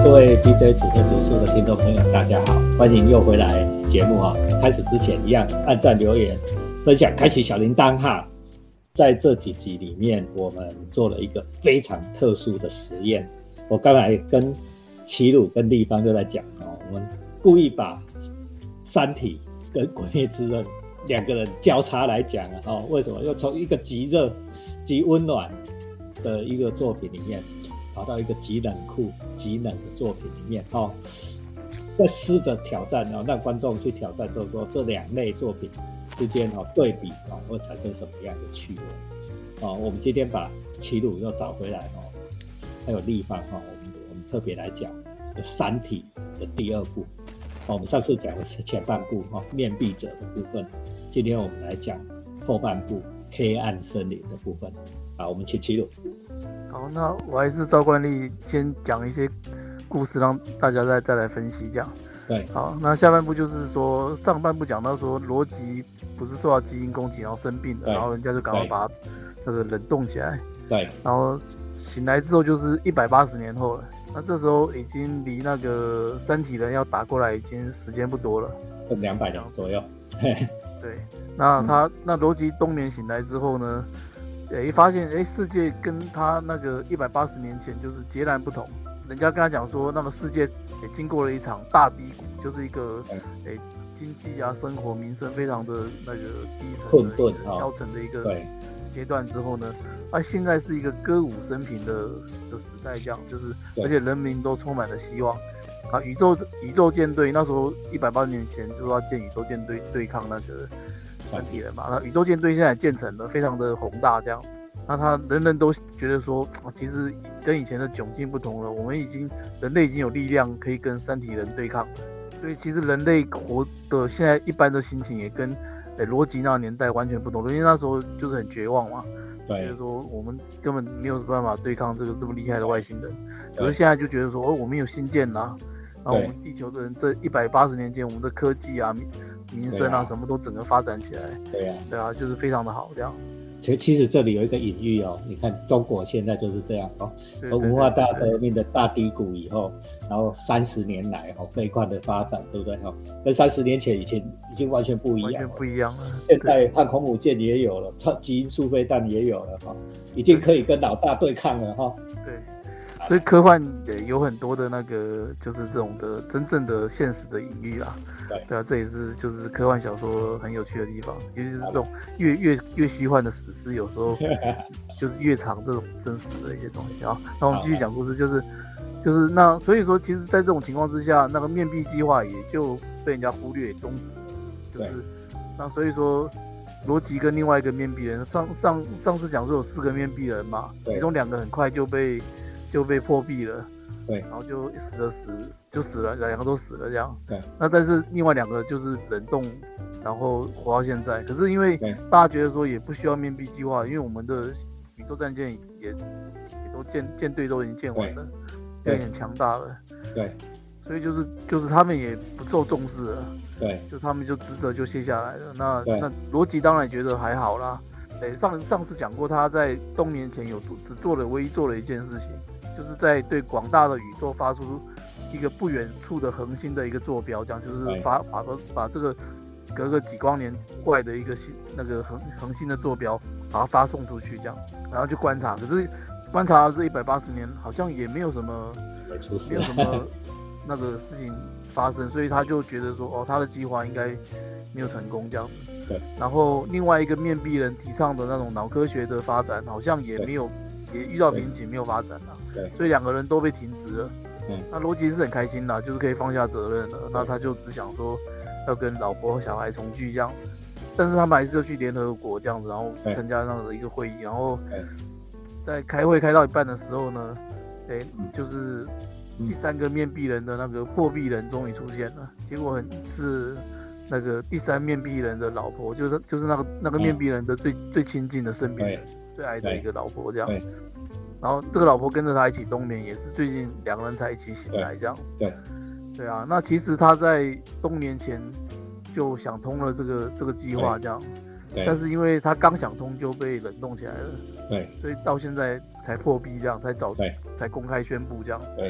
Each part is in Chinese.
各位 DJ 只会读书的听众朋友，大家好，欢迎又回来节目哈。开始之前一样，按赞、留言、分享、开启小铃铛哈。在这几集里面，我们做了一个非常特殊的实验。我刚才跟齐鲁跟立方就在讲哦，我们故意把《三体》跟《鬼灭之刃》两个人交叉来讲啊，哦，为什么？又从一个极热、极温暖的一个作品里面，跑到一个极冷酷、极冷的作品里面，哦，再试着挑战哦，让观众去挑战，就是说这两类作品之间哦对比哦会产生什么样的趣味哦？我们今天把齐鲁又找回来哦，还有立方哦，我们特别来讲《三体》的第二部。我们上次讲的是前半部面壁者的部分，今天我们来讲后半部黑暗森林的部分。好，我们请齐鲁。 好，那我还是照惯例先讲一些故事，让大家再来分析这样。 对， 好，那下半部就是说，上半部讲到说罗辑不是受到基因攻击，然后生病了，然后人家就赶快把他那个冷冻起来。对，然后醒来之后就是180年后了。那这时候已经离那个三体人要打过来已经时间不多了 ，200年左右。 对，那罗辑冬眠醒来之后呢，发现世界跟他那个180年前就是截然不同。人家跟他讲说，那么世界也经过了一场大低谷，就是一个经济啊、生活、民生非常的那个低沉、 困顿、 消沉的一个阶段之后呢，现在是一个歌舞升平的时代，这样就是而且人民都充满了希望。宇宙舰队那时候180年前就要建宇宙舰队对抗那个三体人嘛，那宇宙舰队现在建成了，非常的宏大这样。那他人人都觉得说，其实跟以前的窘境不同了，人类已经有力量可以跟三体人对抗了。所以其实人类活的现在一般的心情也跟罗辑那个年代完全不同，因为那时候就是很绝望嘛，觉得说我们根本没有办法对抗这么厉害的外星人。可是现在就觉得说，我们有新建啦，然后我们地球的人这180年间，我们的科技啊、民生啊，什么都整个发展起来。对啊，就是非常的好这样。 其实这里有一个隐喻哦，你看中国现在就是这样哦，从文化大革命的大低谷以后，然后30年来飞快的发展，对不对哈？跟30年前已经完全不一样了， 完全不一样了。 现在航空母舰也有了，基因速飞弹也有了哈，已经可以跟老大对抗了哈。 对。所以科幻有很多的那个，就是这种的真正的现实的隐喻啦。对啊，这也是就是科幻小说很有趣的地方，尤其是这种越虚幻的史诗，有时候就是越藏这种真实的一些东西啊。那我们继续讲故事，就是那所以说，其实，在这种情况之下，那个面壁计划也就被人家忽略终止了。就是那所以说，罗辑跟另外一个面壁人，上次讲说有4个面壁人嘛，其中2个很快就被破壁了，对，然后就死了，2个都死了这样。对，那但是另外2个就是冷冻，然后活到现在。可是因为大家觉得说也不需要面壁计划，因为我们的宇宙战舰也都舰队都已经建完了，就很强大了。对，所以就是他们也不受重视了。对，就他们就职责就卸下来了。那罗辑当然也觉得还好啦。上次讲过，他在冬眠前唯一做了一件事情。就是在对广大的宇宙发出一个不远处的恒星的一个坐标，这样就是把这个隔个几光年外的一个那个恒星的坐标，把它发送出去，这样，然后去观察。可是观察这180年，好像也没有什么那个事情发生，所以他就觉得说，他的计划应该没有成功这样子。对。然后另外一个面壁人提倡的那种脑科学的发展，好像也遇到瓶颈，没有发展了。对，所以2个人都被停职了。那罗辑是很开心啦，就是可以放下责任了。那他就只想说要跟老婆和小孩重聚这样，但是他们还是要去联合国这样子，然后参加那样的一个会议，然后在开会开到一半的时候呢，就是第3个面壁人的那个破壁人终于出现了，结果是那个第3面壁人的老婆，就是那个面壁人的最亲近的身边人。最爱的一个老婆这样，然后这个老婆跟着他一起冬眠，也是最近2个人才一起醒来这样。对啊，那其实他在冬眠前就想通了这个计划这样，但是因为他刚想通就被冷冻起来了，所以到现在才破壁这样，才公开宣布这样。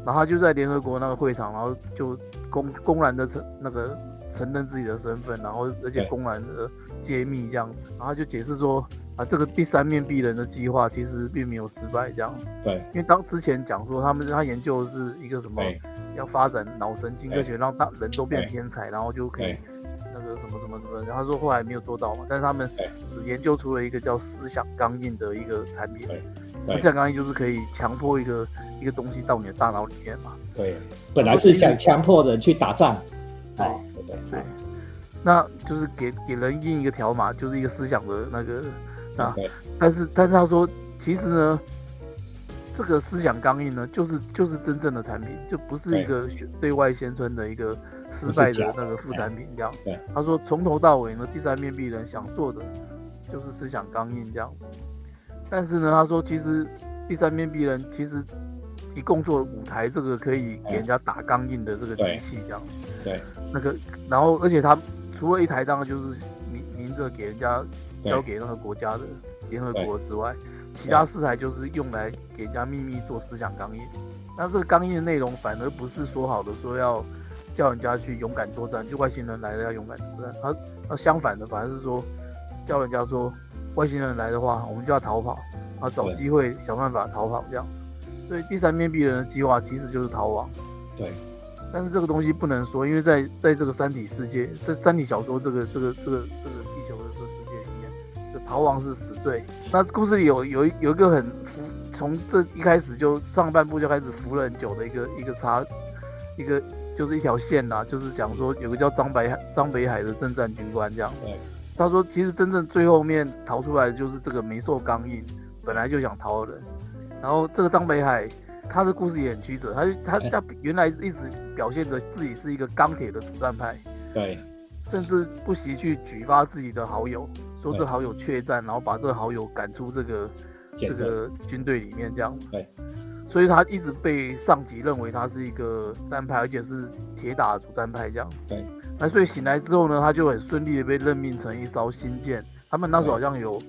然后他就在联合国那个会场，然后就公然的承认自己的身份，然后而且公然的揭秘这样子，然后他就解释说这个第三面壁人的计划其实并没有失败这样。 对， 因为之前讲说他研究的是一个什么要发展脑神经科学，让人都变天才，然后就可以那个什么，然后他说后来没有做到嘛，但是他们只研究出了一个叫思想钢印的一个产品。思想钢印就是可以强迫一个东西到你的大脑里面嘛。对， 本来是想强迫人去打仗。 对，那就是给人印一个条码，就是一个思想的那个但是他说，其实呢，这个思想钢印呢，就是真正的产品，就不是一个对外宣称的一个失败的那个副产品这样。他说从头到尾呢，第三面壁人想做的就是思想钢印这样。但是呢，他说其实第三面壁人其实一共做5台这个可以给人家打钢印的这个机器这样。 对， 那个然后而且他除了1台当然就是明着给人家交给那个国家的联合国之外，其他4台就是用来给人家秘密做思想钢印。那这个钢印的内容反而不是说好的说要叫人家去勇敢作战，就外星人来了要勇敢作战。他相反的反而是说叫人家说外星人来的话，我们就要逃跑，找机会想办法逃跑这样。所以第三面壁人的计划其实就是逃亡。 对。 但是这个东西不能说，因为在这个三体世界，这三体小说这个地球的这世界里面，这逃亡是死罪。那故事里有一个很从这一开始就上半部就开始浮了很久的一个就是一条线啦，就是讲说有个叫张北海的政战军官这样。他说其实真正最后面逃出来的就是这个没受钢印，本来就想逃的人。然后这个张北海。他的故事也很曲折，他原来一直表现着自己是一个钢铁的主战派， 对， 甚至不惜去举发自己的好友，说这好友怯战，然后把这个好友赶出这个军队里面这样。 对， 所以他一直被上级认为他是一个战派，而且是铁打的主战派这样。 对， 那所以醒来之后呢，他就很顺利的被任命成一艘新舰，他们那时候好像有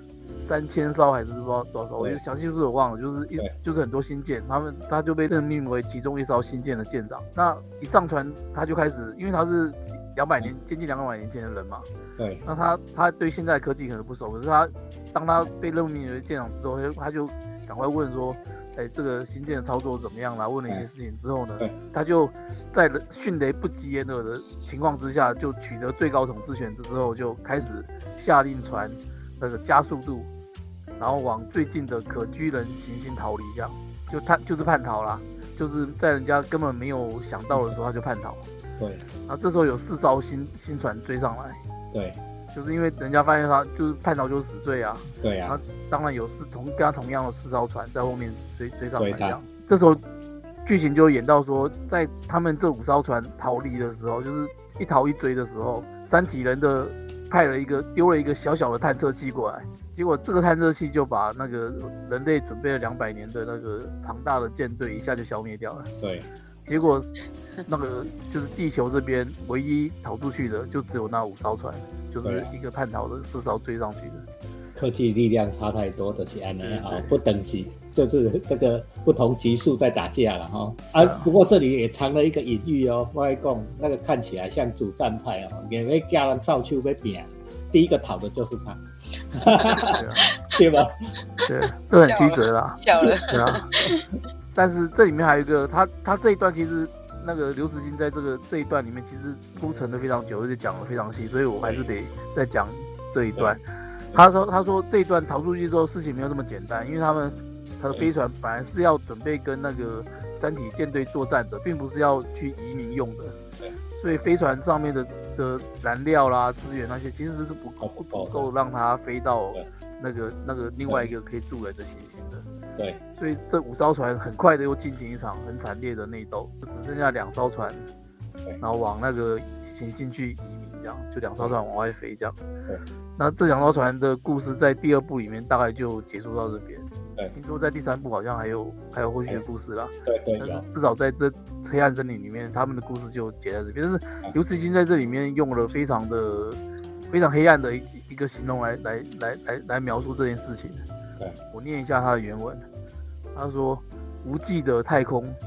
3000艘还是不知道多少艘，我就详细数字我忘了，就是很多新舰，他就被任命为其中一艘新舰的舰长。那一上船他就开始，因为他是接近200年前的人嘛， 对， 那他对现在的科技可能不熟，可是当他被任命为舰长之后，他就赶快问说，这个新舰的操作怎么样啦？问了一些事情之后呢，他就在迅雷不及掩耳的情况之下，就取得最高统治权之后，就开始下令船那个加速度，然后往最近的可居人行星逃离，这样就是叛逃啦，就是在人家根本没有想到的时候他就叛逃。 对， 然后这时候有4艘新船追上来。 对， 就是因为人家发现他就是叛逃就是死罪啊。 对啊。 当然有跟他同样的4艘船在后面追上来这样。这时候剧情就演到说，在他们这5艘船逃离的时候，就是一逃一追的时候，三体人丢了一个小小的探测器过来，结果这个探测器就把那个人类准备了200年的那个庞大的舰队一下就消灭掉了。 对， 结果那个就是地球这边唯一逃出去的就只有那5艘船，就是一个叛逃的4艘追上去的。 科技力量差太多的是安尼啊，不等级，就是这个不同级数在打架了哈。不过这里也藏了一个隐喻哦，我跟你讲，那个看起来像主战派哦，因为叫人扫帚被扁，第一个逃的就是他，对吧？ 对，这很曲折啦， 笑了。 对啊，但是这里面还有一个，他这一段其实那个刘慈欣在这一段里面其实铺陈的非常久，而且讲的非常细，所以我还是得再讲这一段。他说这一段逃出去之后事情没有这么简单，因为他的飞船本来是要准备跟那个三体舰队作战的，并不是要去移民用的，所以飞船上面的燃料啦、资源那些其实是不够让它飞到那个另外一个可以住人的行星的。 对， 所以这5艘船很快的又进行一场很惨烈的内斗，就只剩下2艘船，然后往那个行星去移民，这样就2艘船往外飞这样。那这2艘船的故事在第2部里面大概就结束到这边。听说在第3部好像还有后续的故事啦。对，但是至少在这黑暗森林里面，他们的故事就结在这边。但是刘慈欣在这里面用了非常黑暗的一个形容来描述这件事情。我念一下他的原文，他说：无际的太空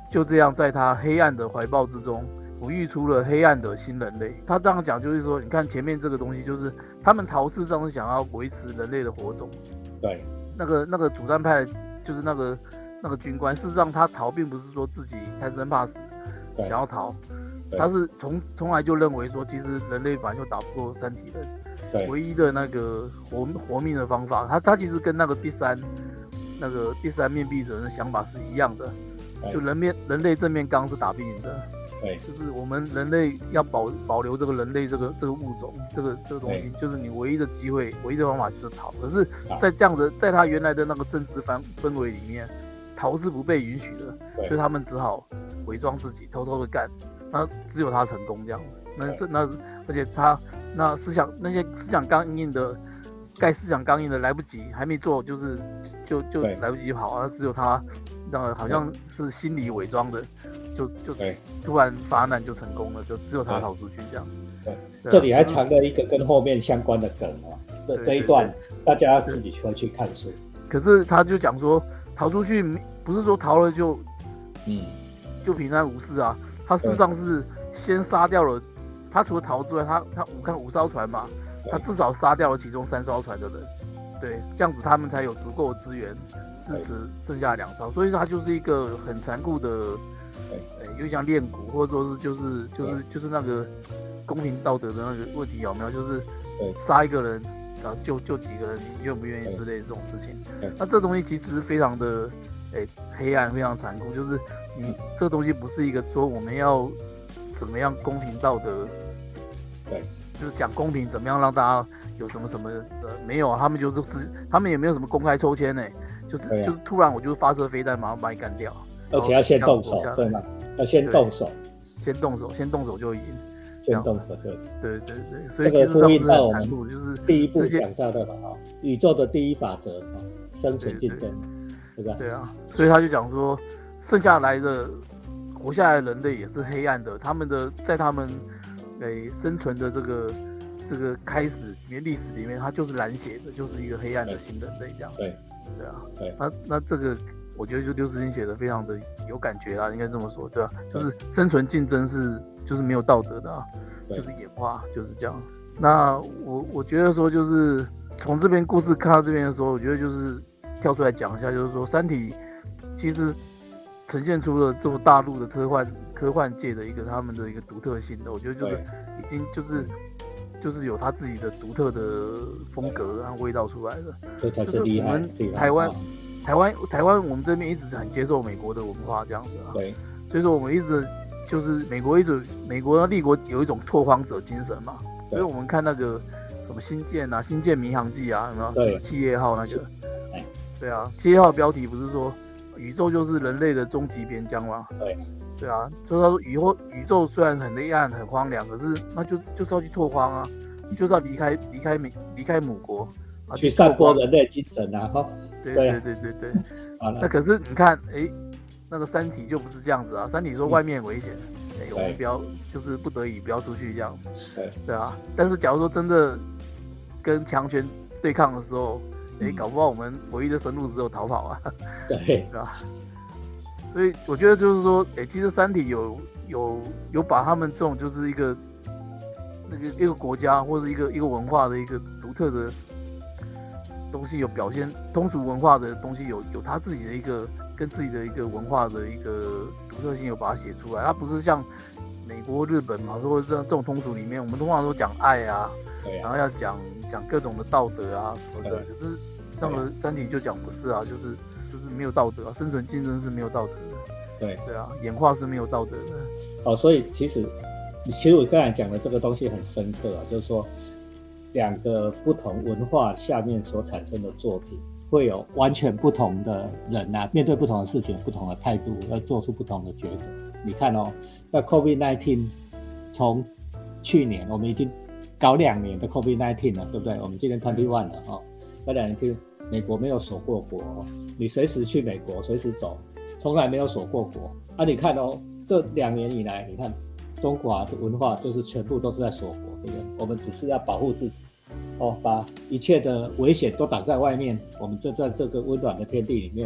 就这样在他黑暗的怀抱之中哺育出了黑暗的新人类。他这样讲就是说，你看前面这个东西，就是他们逃事实上是想要维持人类的火种。 对， 那个主战派就是那个军官，事实上他逃并不是说自己贪生怕死想要逃，他是从来就认为说，其实人类本来就打不过三体人，唯一的那个活命的方法，他其实跟那个第三面壁者的想法是一样的，就人类正面刚是打不赢的。对，就是我们人类要保留这个人类这个物种，这个东西，就是你唯一的机会，唯一的方法就是逃。可是，在这样的，在他原来的那个政治氛围里面，逃是不被允许的，所以他们只好伪装自己，偷偷的干。那只有他成功这样。而且他那些思想刚硬的，盖思想刚硬的来不及，还没做就来不及跑啊，只有他，好像是心理伪装的。就突然发难就成功了，就只有他逃出去这样。 对，这里还藏了一个跟后面相关的梗哦。这一段大家自己回去看书。 可是他就讲说，逃出去不是说逃了就平安无事啊。他事实上是先杀掉了，他除了逃之外，他5艘船嘛，他至少杀掉了其中3艘船的人。对，这样子他们才有足够的资源支持剩下2艘。所以说他就是一个很残酷的。有点像练蛊，或者说是就是那个公平道德的那个问题有没有？就是杀一个人，然后救几个人，你愿不愿意之类的这种事情。那这东西其实非常的黑暗，非常残酷。就是你这个东西不是一个说我们要怎么样公平道德，就是讲公平怎么样让大家有什么没有啊？他们也没有什么公开抽签就是突然我就发射飞弹，马上把你干掉。 而且要先动手，对吗？要先动手， 先动手就赢， 先动手就赢。对， 所以这个呼应到我们就是第一步讲到的宇宙的第一法则生存竞争，对吧？ 对啊，所以他就讲说，剩下来的活下来的人类也是黑暗的，在他们生存的这个开始里面历史里面，它就是蓝血的，就是一个黑暗的新人类这样。对啊，那这个。我觉得就刘慈欣写的非常的有感觉啦，应该这么说，对吧？就是生存竞争就是没有道德的就是演化就是这样。那我觉得说，就是从这边故事看到这边的时候，我觉得就是跳出来讲一下，就是说《三体》其实呈现出了这么大陆的科幻界的他们的一个独特性的，我觉得就是已经就是有他自己的独特的风格和味道出来的， 这才是厉害。 就是我们台湾，我们这边一直很接受美国的文化这样子对， 所以说我们一直就是美国立国有一种拓荒者精神嘛，所以我们看那个什么星舰迷航记啊，有没有？对，就是7月号那个，对啊，7月号标题不是说宇宙就是人类的终极边疆吗？对啊，就是他说以后宇宙虽然很黑暗很荒凉，可是那就是要去拓荒啊，你就是要离开母国。 去散播人类精神啊！ 对。那可是你看，那个三体就不是这样子啊。三体说外面很危险，我们不要，就是不得已不要出去这样。对啊。但是假如说真的跟强权对抗的时候，搞不好我们唯一的生路只有逃跑啊。对吧？所以我觉得就是说，其实三体有把他们这种就是一个国家或者一个文化的一个独特的东西有表现，通俗文化的东西有他自己的一个跟自己的一个文化的一个独特性，有把它写出来。它不是像美国、日本嘛，或者这种通俗里面，我们通常都讲爱啊，然后要讲各种的道德啊什么的。可是那个三体就讲不是啊，就是没有道德啊，生存竞争是没有道德的。对啊，演化是没有道德的。 所以其实我刚才讲的这个东西很深刻啊，就是说。2个不同文化下面所产生的作品，会有完全不同的人面对不同的事情有不同的态度，要做出不同的抉择。你看那 COVID-19 从去年我们已经搞2年的 COVID-19 了，对不对？我们今年21了那2年美国没有锁过国你随时去美国随时走，从来没有锁过国你看这2年以来，你看中华的文化就是全部都是在锁国，对不对？我们只是要保护自己把一切的危险都挡在外面，我们在这个温暖的天地里面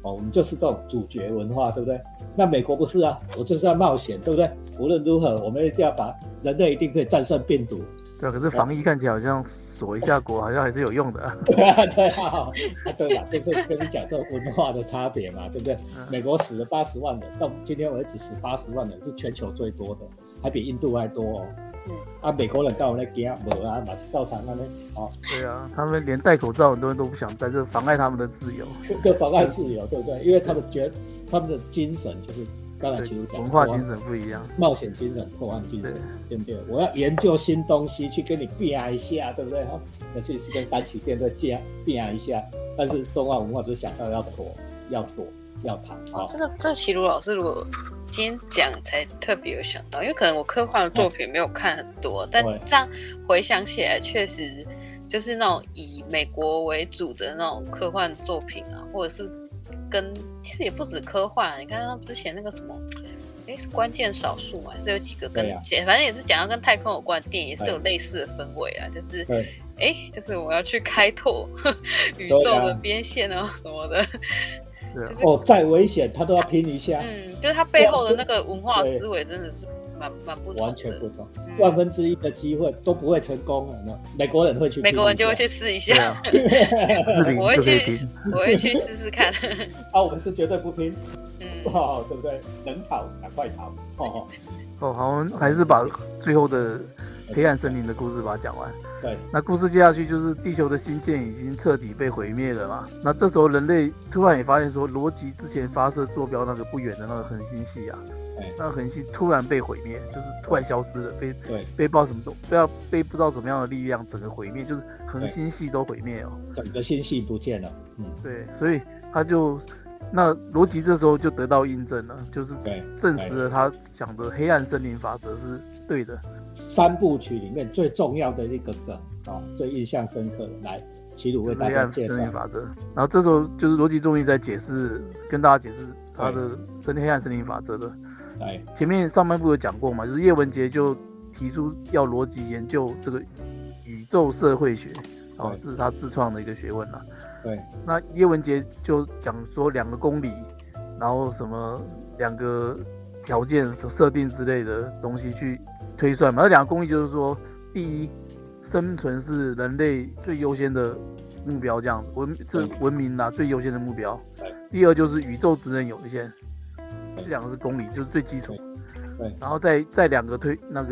我们就是这种主角文化，对不对？那美国不是啊，我就是要冒险，对不对？无论如何，我们一定要把人类一定可以战胜病毒。 对啊，可是防疫看起来好像锁一下国，好像还是有用的啊。 对啊，对啦，就是跟你讲这种文化的差别嘛，对不对？美国死了80万人，到今天为止死80万人是全球最多的，还比印度还多哦。美国人到那惊没啊，嘛是照常那边哦。 对啊，他们连戴口罩很多人都不想戴，这妨碍他们的自由。 就妨碍自由，对不对？因为他们觉得他们的精神就是刚才其实讲文化精神不一样， 冒险精神、破案精神，对不对？我要研究新东西，去跟你变一下，对不对？尤其是跟三旗舰队变一下，但是中华文化只想到要躲、要逃。 这齐鲁老师如果今天讲才特别有想到，因为可能我科幻的作品没有看很多，但这样回想起来，确实就是那种以美国为主的那种科幻作品啊，或者是其实也不止科幻，你看像之前那个什么，关键少数嘛，是有几个反正也是讲到跟太空有关的电影，也是有类似的氛围啦，就是就是我要去开拓宇宙的边线啊什么的。 再危险他都要拼一下。 就是他背后的那个文化思维真的是蛮不同的， 完全不同，1/1000的机会都不会成功了。美国人会去， 美国人就会去试一下。我会去试试看。 我们是绝对不拼，对不对？能逃赶快逃。 好，我们还是把最后的黑暗森林的故事把它讲完。 对， 那故事接下去就是地球的星舰已经彻底被毁灭了嘛。那这时候人类突然也发现说，罗辑之前发射坐标那个不远的那个恒星系啊，那个恒星突然被毁灭，就是突然消失了，被不知道什么被不知道怎么样的力量整个毁灭，就是恒星系都毁灭哦， 整个星系不见了。 对，所以那罗辑这时候就得到印证了，就是证实了他想的黑暗森林法则是对的。 3部曲里面最重要的一个梗最印象深刻的，来齐鲁为大家介绍黑暗森林法则。然后这时候就是罗辑终于在跟大家解释他的黑暗森林法则了。前面上半部有讲过嘛，就是叶文洁就提出要罗辑研究这个宇宙社会学，这是他自创的一个学问啦。那叶文洁就讲说2个公理，然后什么2个条件设定之类的东西去推算嘛。那2个公理就是说，第一，生存是人类最优先的目标，这样文明最优先的目标。第二就是宇宙职能有限，这2个是公理，就是最基础。然后再2个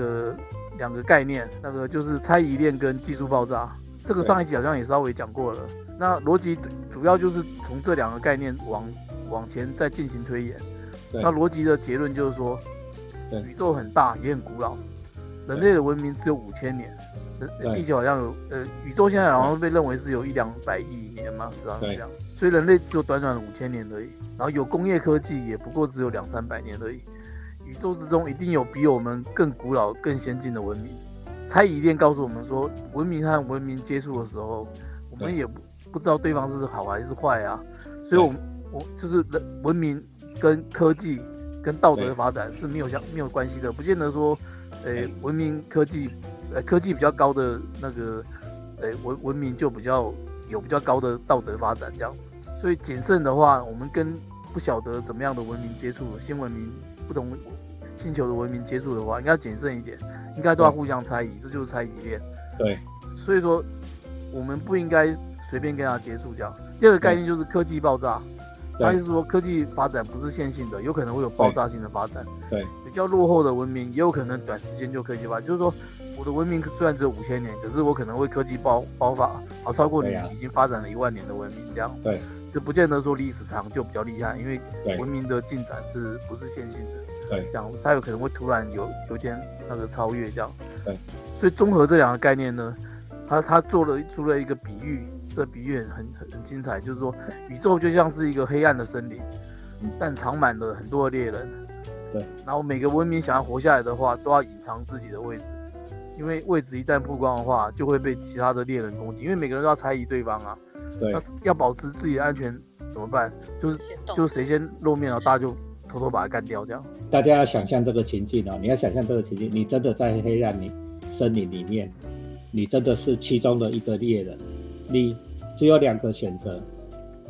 2个概念，那个就是猜疑链跟技术爆炸。这个上一集好像也稍微讲过了。那逻辑主要就是从这2个概念往前再进行推演。那逻辑的结论就是说，宇宙很大也很古老，人类的文明只有5000年，地球好像有宇宙现在好像被认为是有100-200亿年嘛，是这样，所以人类只有短短的5000年而已，然后有工业科技也不过只有200-300年而已。宇宙之中一定有比我们更古老、更先进的文明。猜疑链告诉我们说，文明和文明接触的时候，我们也不知道对方是好还是坏啊，所以我就是文明跟科技跟道德发展是没有关系的，不见得说，文明科技比较高的那个，文明就比较高的道德发展这样。所以谨慎的话，我们跟不晓得怎么样的文明接触，新文明不同星球的文明接触的话，应该要谨慎一点，应该都要互相猜疑，这就是猜疑链。所以说我们不应该随便跟他接触这样。第二个概念就是科技爆炸，他意思说科技发展不是线性的，有可能会有爆炸性的发展。比较落后的文明也有可能短时间就科技发展，就是说我的文明虽然只有5000年，可是我可能会科技爆发，超过你已经发展了10000年的文明这样。就不见得说历史长就比较厉害，因为文明的进展是不是线性的？这样它有可能会突然有一天那个超越这样。所以综合这2个概念呢，他出了一个比喻，这个比喻很精彩，就是说宇宙就像是一个黑暗的森林，但藏满了很多的猎人。然后每个文明想要活下来的话，都要隐藏自己的位置，因为位置一旦曝光的话，就会被其他的猎人攻击，因为每个人都要猜疑对方啊。那要保持自己的安全怎么办？就是谁先露面了，大家就偷偷把他干掉，这样。 大家要想象这个情境你要想象这个情境，你真的在黑暗森林里面，你真的是其中的一个猎人，你只有2个选择，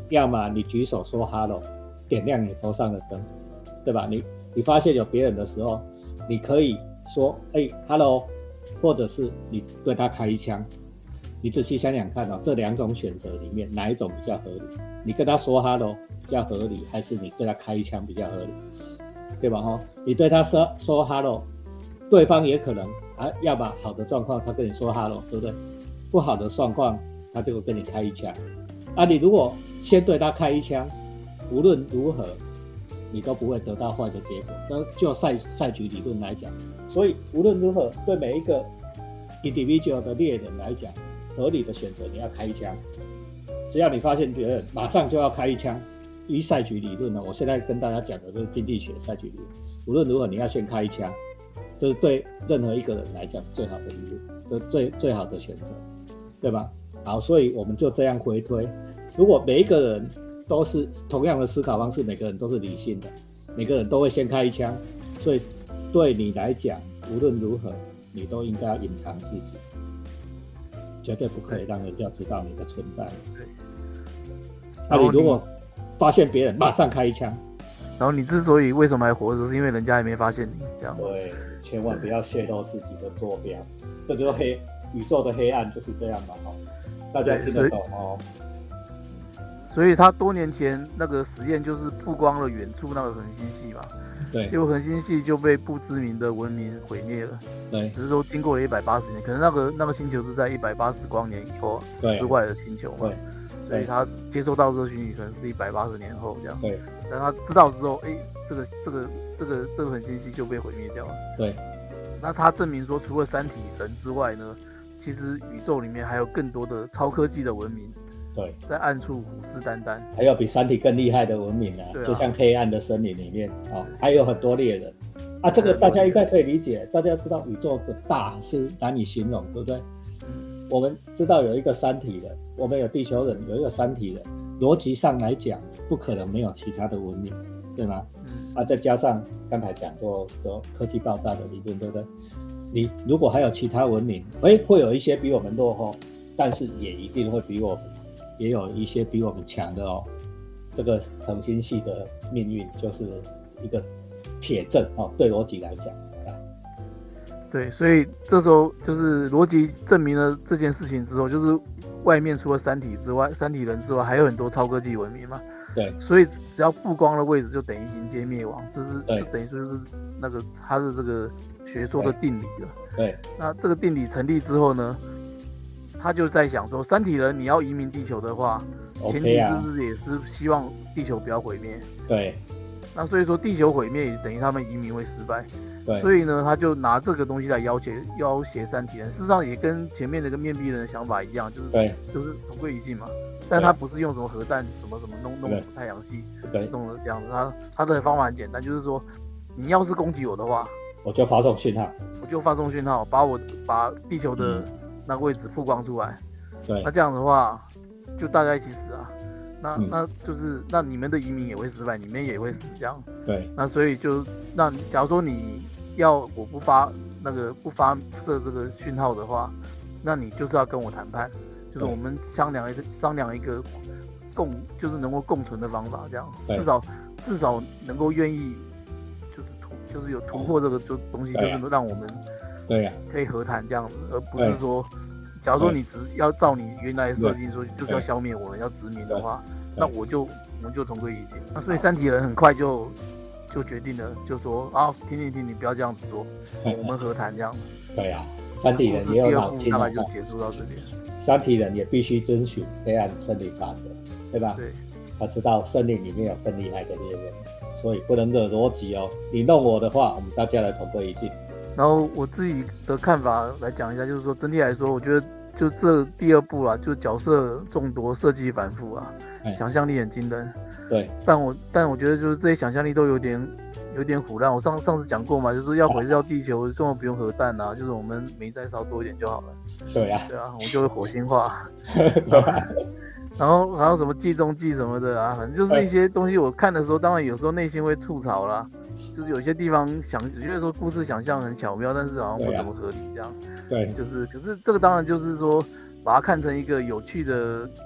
要么你举手说 hello， 点亮你头上的灯，对吧？你发现有别人的时候，你可以说hello， 或者是你对他开一枪。你仔细想想看这两种选择里面哪一种比较合理？你跟他说 hello 比较合理，还是你对他开一枪比较合理？对吧？你对他说 hello， 对方也可能要么好的状况他跟你说 hello， 对不对？不好的状况他就会跟你开一枪。你如果先对他开一枪，无论如何你都不会得到坏的结果。就赛局理论来讲，所以无论如何对每一个 individual 的猎人来讲，合理的选择你要开一枪。只要你发现别人马上就要开一枪，依赛局理论呢，我现在跟大家讲的就是经济学赛局理论，无论如何你要先开一枪，这是对任何一个人来讲最好的理论，最好的选择，对吧？好，所以我们就这样回推，如果每一个人都是同样的思考方式，每个人都是理性的，每个人都会先开一枪，所以对你来讲，无论如何你都应该要隐藏自己，绝对不可以让人家知道你的存在。你如果发现别人马上开一枪， 然后你之所以为什么还活着，是因为人家还没发现你，这样。 对，千万不要泄露自己的坐标，这就是宇宙的黑暗就是这样嘛，大家听得懂哦。 所以他多年前那个实验就是曝光了远处那个恒星系嘛， 对， 结果恒星系就被不知名的文明毁灭了。 对， 只是说经过了180年，可能那个星球是在180光年以后之外的星球嘛， 对， 所以他接收到资讯可能是180年后这样。 对， 但他知道之后，这个恒星系就被毁灭掉了。 对， 那他证明说，除了3体人之外呢，其实宇宙里面还有更多的超科技的文明。 对， 在暗处虎视眈眈， 还有比3体更厉害的文明就像黑暗的森林里面还有很多猎人这个大家应该可以理解。大家知道宇宙的大是难以形容，对不对？我们知道有一个3体人，我们有地球人，有一个3体人，逻辑上来讲不可能没有其他的文明，对吗？再加上刚才讲过的科技爆炸的理论，对不对？你如果还有其他文明，会有一些比我们落后，但是也一定会比我们也有一些比我们强的这个恒星系的命运就是一个铁证对逻辑来讲。 对，所以这时候就是逻辑证明了这件事情之后，就是外面除了3体人之外，还有很多超科技文明嘛。 对， 所以只要曝光的位置就等于迎接灭亡，这等于说就是那个它的这个学说的定理了。 对， 那这个定理成立之后呢，他就在想说，3体人你要移民地球的话，前提是不是也是希望地球不要毁灭？ 对。 那所以说地球毁灭也等于他们移民会失败。 对。 所以呢，他就拿这个东西来要挟3体人。事实上也跟前面那个面壁人的想法一样，就是同归于尽嘛。但他不是用什么核弹什么弄死太阳系，弄的这样子。他的方法很简单，就是说你要是攻击我的话， 我就发送讯号， 把地球的那个位置曝光出来。 对， 那这样的话，就大家一起死啊。那就是那你们的移民也会失败，你们也会死这样。 对。 那所以假如说你要我不发射这个讯号的话，那你就是要跟我谈判，就是我们商量一个就是能够共存的方法，这样至少能够愿意就是有突破这个东西，就是让我们可以和谈这样子，而不是说。假如说你只要照你原来的设定说就是要消灭我们，要殖民的话，那我们就同归于尽。那所以3体人很快就决定了，就说停，你不要这样子做，我们和谈这样。 对啊，3体人也有脑筋， 大概就结束到这边。 3体人也必须遵循黑暗森林法则，对吧？ 对， 他知道森林里面有更厉害的猎人，所以不能惹逻辑你弄我的话，我们大家来同归于尽。 然后我自己的看法来讲一下，就是说整体来说，我觉得就这第2部啦，就角色众多，设计繁复啊，想象力很惊人。 对。但我觉得就是这些想象力都有点唬烂。我上次讲过嘛，就是说要毁掉地球，根本不用核弹啊，就是我们煤再烧多一点就好了。 对啊， 我们就会火星化。然后什么计中计什么的啊，反正就是一些东西。我看的时候，当然有时候内心会吐槽啦。就是有些地方觉得说故事想象很巧妙，但是好像不怎么合理这样。 对， 可是这个当然就是说把它看成一个有趣的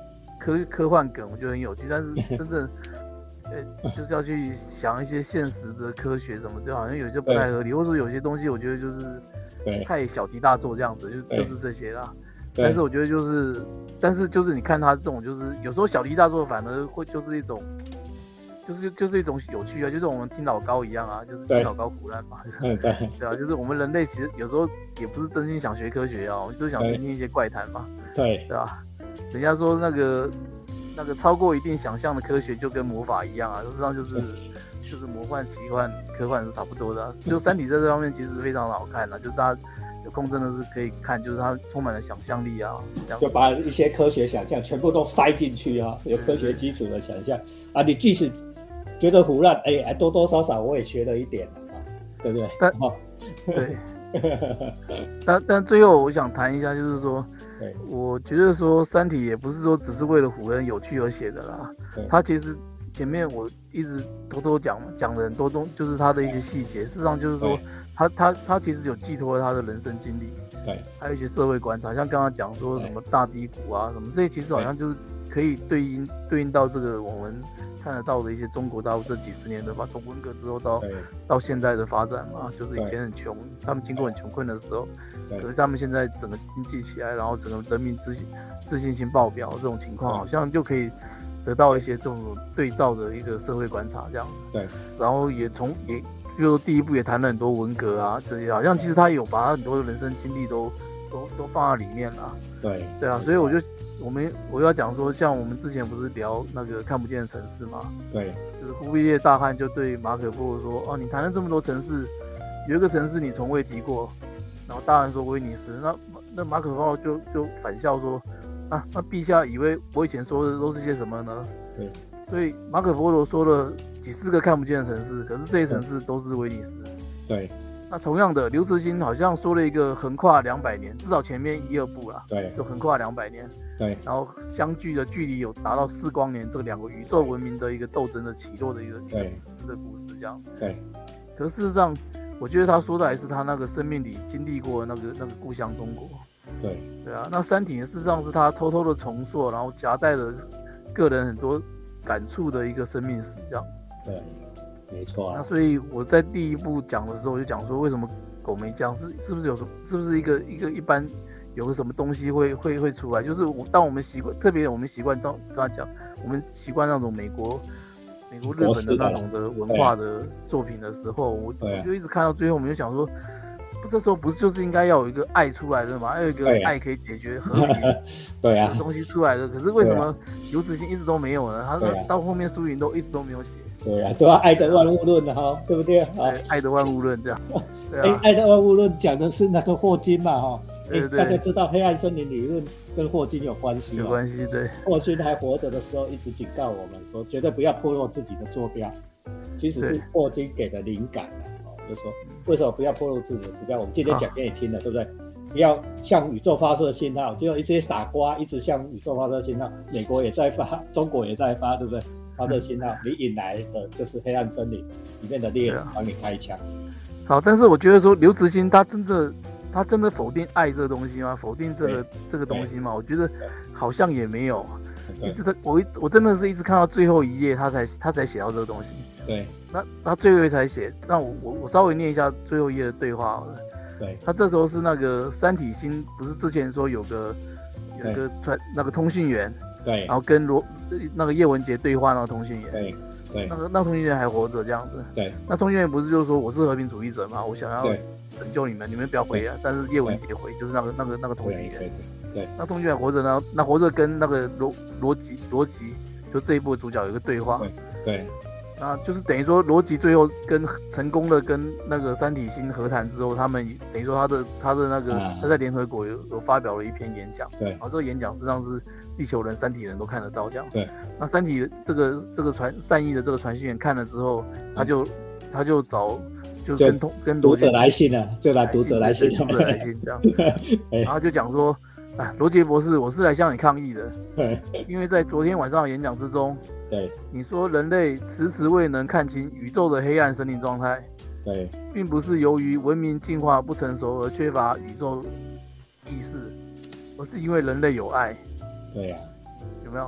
科幻梗，我觉得很有趣，但是真正就是要去想一些现实的科学什么，就好像有些不太合理，或者说有些东西我觉得就是太小题大做这样子，就是这些啦。但是我觉得就是你看他这种，就是有时候小题大做反而会就是一种。就是一种有趣啊，就是我们听老高一样啊，就是听老高胡乱嘛，对啊，就是我们人类其实有时候也不是真心想学科学啊，我们就是想听听一些怪谈嘛，对吧？人家说那个超过一定想象的科学就跟魔法一样啊，事实上就是魔幻、奇幻、科幻是差不多的、啊。就《三体》在这方面其实非常的好看啊，就是大家有空真的是可以看，就是它充满了想象力啊， 就把一些科学想象全部都塞进去啊，有科学基础的想象啊，你即使觉得胡乱，多多少少我也学了一点啊，对不对？ 但最后我想谈一下，就是说，我觉得说《三体》也不是说只是为了唬人有趣而写的啦，它其实前面我一直偷偷讲了很多就是它的一些细节，事实上就是说，他其实有寄托了他的人生经历， 对， 还有一些社会观察，像刚刚讲说什么大低谷啊什么，这些其实好像就是可以对应到这个我们看得到的一些中国大陆这几十年的从文革之后到现在的发展嘛，就是以前很穷，他们经过很穷困的时候，可是他们现在整个经济起来，然后整个人民自信心爆表，这种情况好像就可以得到一些这种对照的一个社会观察这样。对，然后也比如说第一部也谈了很多文革啊这些，好像其实他有把很多的人生经历都放在里面了。对啊，所以我要讲说，像我们之前不是聊那个看不见的城市嘛？对，就是忽必烈大汗就对马可波罗说：“哦，你谈了这么多城市，有一个城市你从未提过。”然后大汗说威尼斯，那马可波罗就反笑说：“啊，那陛下以为我以前说的都是些什么呢？”对，所以马可波罗说了几十个看不见的城市，可是这些城市都是威尼斯。对。那同样的，刘慈欣好像说了一个横跨200年，至少前面1、2部啦，对，就横跨200年，对，然后相距的距离有达到4光年，这个2个宇宙文明的一个斗争的起落的一个史诗的故事这样子。对，可是事实上，我觉得他说的还是他那个生命里经历过那个故乡中国。对啊，那《三体》事实上是他偷偷的重塑，然后夹带了个人很多感触的一个生命史这样。对。没错啊，那所以我在第一部讲的时候，我就讲说，为什么狗没酱是不是是不是一般有个什么东西会出来？就是当我们习惯，特别我们习惯跟他讲，我们习惯那种美国、日本的那种的文化的作品的时候，我就一直看到最后，我们就想说，这时候不是就是应该要有一个爱出来的吗？要有一个爱可以解决和平的东西出来的。可是为什么刘慈欣一直都没有呢？他到后面书里都一直都没有写。对啊，都要爱的万物论的哈，对不对？爱的万物论这样。爱的万物论讲的是那个霍金嘛哈。对，大家知道黑暗森林理论跟霍金有关系吗？有关系，对。霍金还活着的时候，一直警告我们说，绝对不要破落自己的坐标。其实是霍金给的灵感就是说为什么不要破落自己的坐标？我们今天讲给你听了，对不对？不要向宇宙发射信号，就有一些傻瓜一直向宇宙发射信号，美国也在发，中国也在发，对不对？发射信号，你引来的就是黑暗森林里面的猎人帮你开枪。好，但是我觉得说刘慈欣他真的否定爱这个东西吗？否定这个东西吗？我觉得好像也没有。我真的是一直看到最后一页他才写到这个东西。对，那最后一页才写。那我稍微念一下最后一页的对话好了。对，他这时候是那个三体星，不是之前说有一个那个通讯员。对，然后跟那个叶文洁对话那个通讯员，对，那通讯员还活着这样子，对，那通讯员不是就是说我是和平主义者嘛，我想要拯救你们不要回啊，但是叶文洁回就是那个通讯员，对，那通讯员活着呢，那活着跟那个罗辑就这一部的主角有一个对话，对，那就是等于说罗辑最后成功的跟那个三体星和谈之后，他们等于说他的那个他在联合国有发表了一篇演讲，对，然后这个演讲实际上是地球人、三体人都看得到这样。对，那三体这个善意的这个传讯员看了之后，他就找就跟读者来信了，就来读者来信这样，然后就讲说，罗杰博士，我是来向你抗议的，因为在昨天晚上的演讲之中，对，你说人类迟迟未能看清宇宙的黑暗森林状态，对，并不是由于文明进化不成熟而缺乏宇宙意识，而是因为人类有爱。对呀，有没有？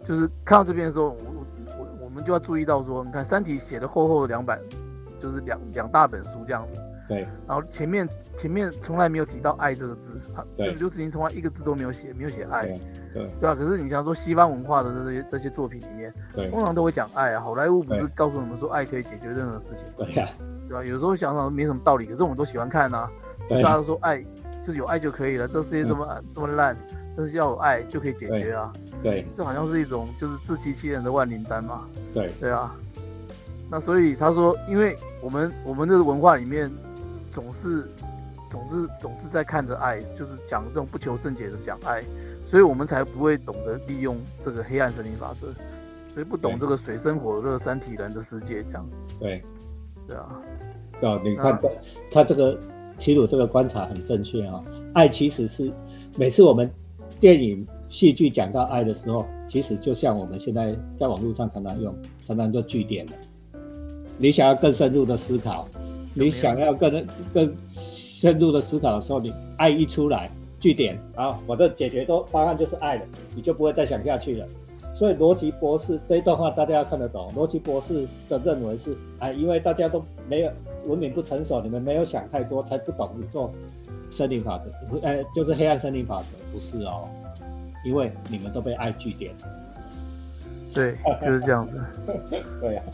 就是看到这边的时候，我们就要注意到说，你看《三体》写的厚厚的2版，就是两大本书这样子。 对。 然后前面从来没有提到爱这个字， 对， 刘慈欣从来一个字都没有写爱。 对啊。可是你想说西方文化的这些作品里面，通常都会讲爱啊。好莱坞不是告诉我们说爱可以解决任何事情？对呀。对吧？有时候想想没什么道理，可是我们都喜欢看啊。大家都说爱就是有爱就可以了，这世界这么烂，但是要有爱就可以解决啊。 对。 这好像是一种就是自欺欺人的万灵丹嘛。 对啊。那所以他说，因为我们的文化里面总是在看着爱，就是讲这种不求甚解的讲爱，所以我们才不会懂得利用这个黑暗森林法则，所以不懂这个水深火热三体人的世界这样。对啊。 你看他这个齐鲁这个观察很正确啊。爱其实是每次我们电影戏剧讲到爱的时候，其实就像我们现在在网络上常常就句点了。你想要更深入的思考，你想要更深入的思考的时候，你爱一出来，句点，好，我这解决方案就是爱了，你就不会再想下去了。所以罗辑博士这一段话大家要看得懂。罗辑博士的认为是，因为大家都没有文明不成熟，你们没有想太多，才不懂宇宙森林法则，就是黑暗森林法则，不是哦，因为你们都被爱句点。 对，就是这样子。 对呀。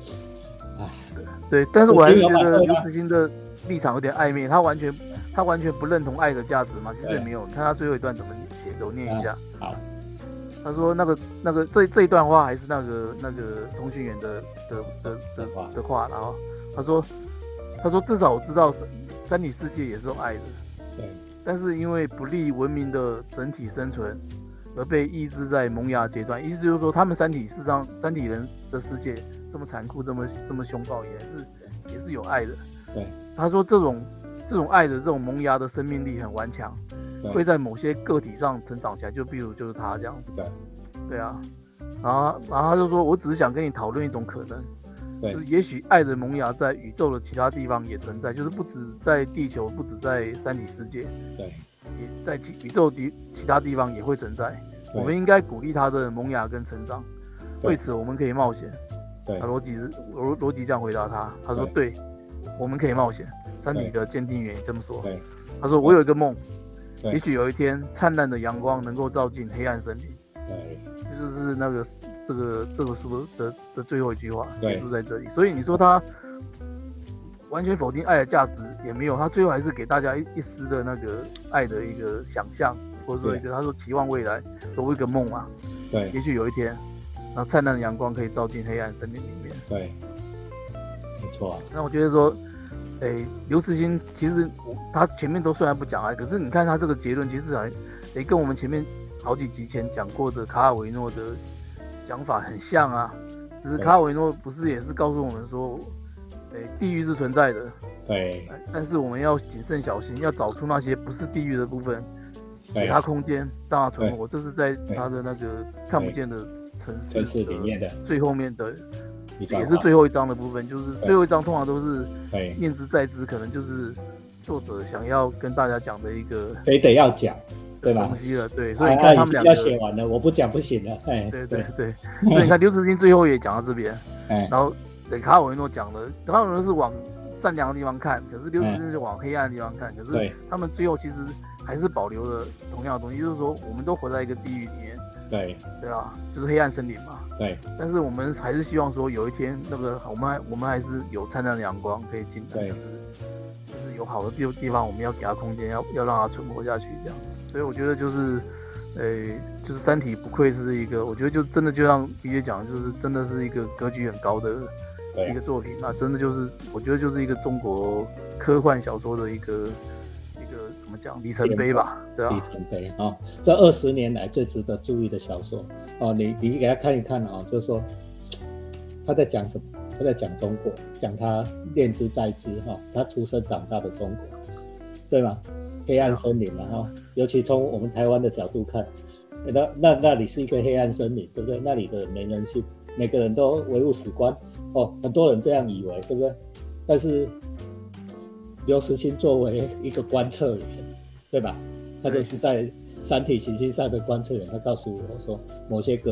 对，但是我还是觉得刘慈欣的立场有点暧昧，他完全不认同爱的价值嘛？其实也没有。看他最后一段怎么写的，我念一下。 好。 他说这一段话还是那个通讯员的话，然后他说至少我知道三体世界也是有爱的。 对。 但是因为不利文明的整体生存，而被抑制在萌芽阶段。意思就是说，他们三体人的世界这么残酷，这么凶暴，也是有爱的。 对。他说这种爱的这种萌芽的生命力很顽强，会在某些个体上成长起来。就比如就是他这样。对啊。然后他就说，我只是想跟你讨论一种可能。就是也许爱的萌芽在宇宙的其他地方也存在，就是不止在地球，不止在三体世界。对。也在宇宙其他地方也会存在，我们应该鼓励它的萌芽跟成长。为此，我们可以冒险。逻辑这样回答他，他说：“对，我们可以冒险。”三体的鉴定员也这么说。他说：“我有一个梦，也许有一天，灿烂的阳光能够照进黑暗森林。”这就是这个书的最后一句话，结束在这里。所以你说他完全否定爱的价值也没有，他最后还是给大家一丝的那个爱的一个想象，或者说他说期望未来，有一个梦嘛。对。也许有一天，那灿烂的阳光可以照进黑暗森林里面。 对。没错。 那我觉得说，刘慈欣其实他前面都虽然不讲爱，可是你看他这个结论，其实跟我们前面好几集前讲过的卡尔维诺的讲法很像啊。只是卡尔维诺不是也是告诉我们说，地狱是存在的，对，但是我们要谨慎小心，要找出那些不是地狱的部分，给他空间，让他存活。这是在他的那个看不见的城市里面的最后面的，也是最后一章的部分。就是最后一章通常都是念之在之，可能就是作者想要跟大家讲的一个非得要讲，对吧？东西了，对，所以你看他们两个要写完了，我不讲不行了，对，所以你看刘慈欣最后也讲到这边，然后。卡尔维诺讲的，卡尔维诺是往善良的地方看，可是刘慈欣是往黑暗的地方看。可是他们最后其实还是保留了同样的东西，就是说我们都活在一个地狱里面。对啊，就是黑暗森林嘛。对。但是我们还是希望说有一天那个我们还是有灿烂的阳光可以进来，就是有好的地方，我们要给他空间，要让他存活下去这样。所以我觉得就是。就是三体不愧是一个，我觉得就真的就像毕姐讲的，就是真的是一个格局很高的一个作品。那真的就是我觉得就是一个中国科幻小说的一个怎么讲里程碑吧，对吧？里程碑啊，这20年来最值得注意的小说哦，你给他看一看啊，就是说他在讲什么？他在讲中国，讲他念之在之哈，他出生长大的中国，对吗？黑暗森林嘛哈，尤其从我们台湾的角度看，那里是一个黑暗森林，对不对？那里的没人性，每个人都唯物史观哦，很多人这样以为，对不对？但是刘慈欣作为一个观测员，对吧？他就是在三体行星上的观测员，他告诉我说，某些个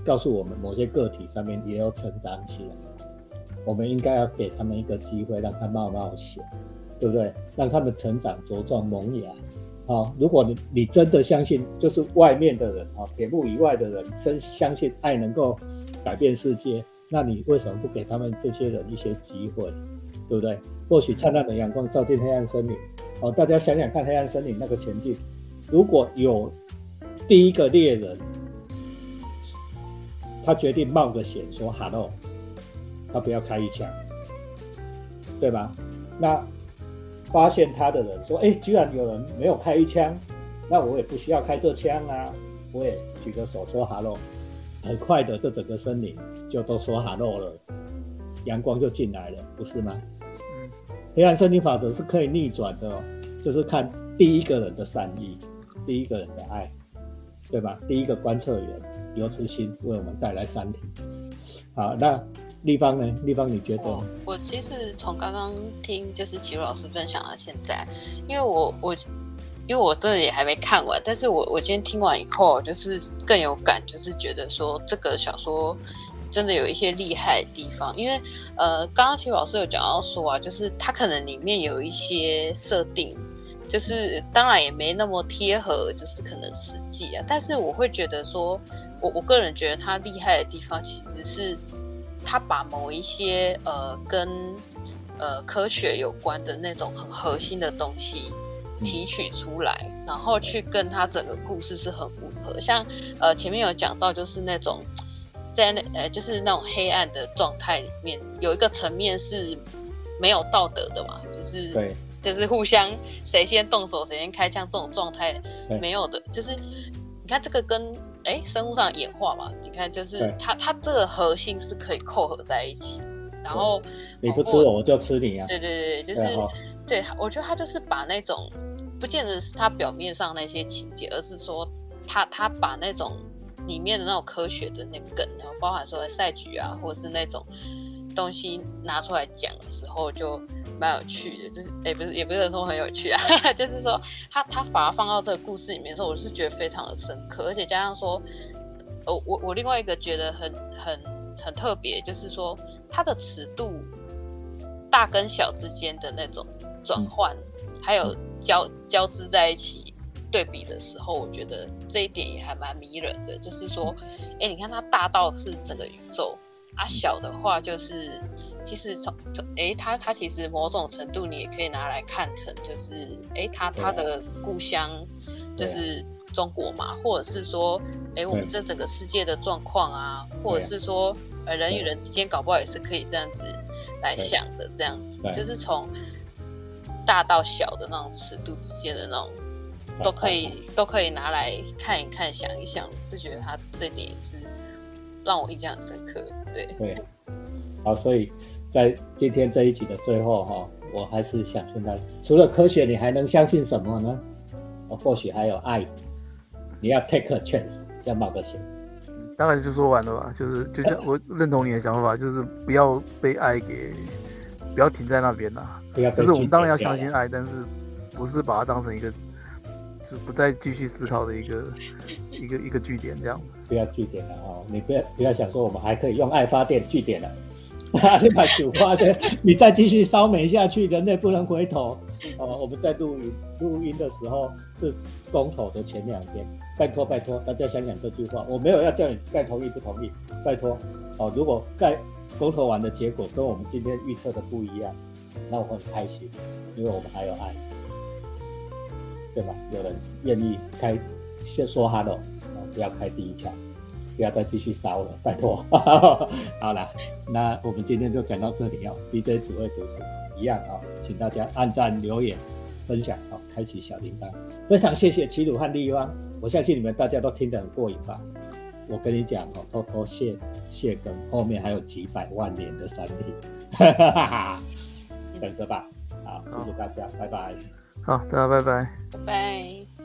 告诉我们某些个体上面也有成长起来，我们应该要给他们一个机会，让他冒险，对不对？让他们成长茁壮萌芽。如果你真的相信，就是外面的人铁幕以外的人相信爱能够改变世界，那你为什么不给他们这些人一些机会，对不对？或许灿烂的阳光照进黑暗森林，大家想想看，黑暗森林那个前进，如果有第一个猎人，他决定冒个险说 hello， 他不要开一枪，对吧？那发现他的人说，居然有人没有开一枪，那我也不需要开这枪啊，我也举个手说 hello， 很快的这整个森林就都说 hello 了，阳光就进来了，不是吗？黑暗森林法则是可以逆转的就是看第一个人的善意，第一个人的爱，对吧？第一个观测员刘慈欣为我们带来山体。好，那立方呢？立方你觉得？ 我其实从刚刚听就是齐如老师分享到现在，因为我真的也还没看完，但是我今天听完以后，就是更有感，就是觉得说这个小说真的有一些厉害的地方。因为刚刚齐如老师有讲到说就是它可能里面有一些设定，就是当然也没那么贴合，就是可能实际但是我会觉得说，我个人觉得它厉害的地方其实是他把某一些跟科学有关的那种很核心的东西提取出来，然后去跟他整个故事是很吻合。像前面有讲到，就是那种在就是那种黑暗的状态里面，有一个层面是没有道德的嘛，就是对， 就是互相谁先动手谁先开枪这种状态没有的，就是你看这个跟生物上的演化嘛，你看就是它这个核心是可以扣合在一起，然后你不吃我就吃你啊， 对，就是对，我觉得他就是把那种不见得是他表面上那些情节，而是说他把那种里面的那种科学的那个梗，然后包含说赛局啊，或者是那种东西拿出来讲的时候就蛮有趣的，就是也不是说很有趣就是说他把它放到这个故事里面的时候，我是觉得非常的深刻，而且加上说我另外一个觉得很特别，就是说它的尺度大跟小之间的那种转换，还有交织在一起对比的时候，我觉得这一点也还蛮迷人的，就是说你看它大到是整个宇宙小的话就是其实它其实某种程度你也可以拿来看成就是它的故乡就是中国嘛，或者是说我们这整个世界的状况或者是说人与人之间搞不好也是可以这样子来想的，这样子就是从大到小的那种尺度之间的那种都可以拿来看一看想一想，是觉得它这点也是让我印象很深刻。对， 好，所以在今天这一集的最后我还是想问他，除了科学你还能相信什么呢？或许还有爱，你要 take a chance， 要冒个险。 大概就说完了吧，就像我认同你的想法，就是不要被爱给，不要停在那边啦。就是我们当然要相信爱，但是不是把它当成一个，就是不再继续思考的一个据点这样。 不要据点了你不要想说我们还可以用爱发电据点了。你把鼠花的，你再继续烧煤下去，人类不能回头。我们在录音的时候是公投的前2天，拜托，大家想想这句话，我没有要叫你该同意不同意，拜托。如果公投完的结果跟我们今天预测的不一样，那我会很开心，因为我们还有爱，对吧？有人愿意先说 hello，不要开第一枪。不要再继续烧了，拜托。好啦，那我们今天就讲到这里DJ 只会读书一样请大家按赞、留言、分享开启小铃铛。非常谢谢齐鲁和立方，我相信你们大家都听得很过瘾吧？我跟你讲偷偷谢梗，后面还有几百万年的山体，等着吧。好，谢谢大家，拜拜。 好，大家拜拜。 拜拜。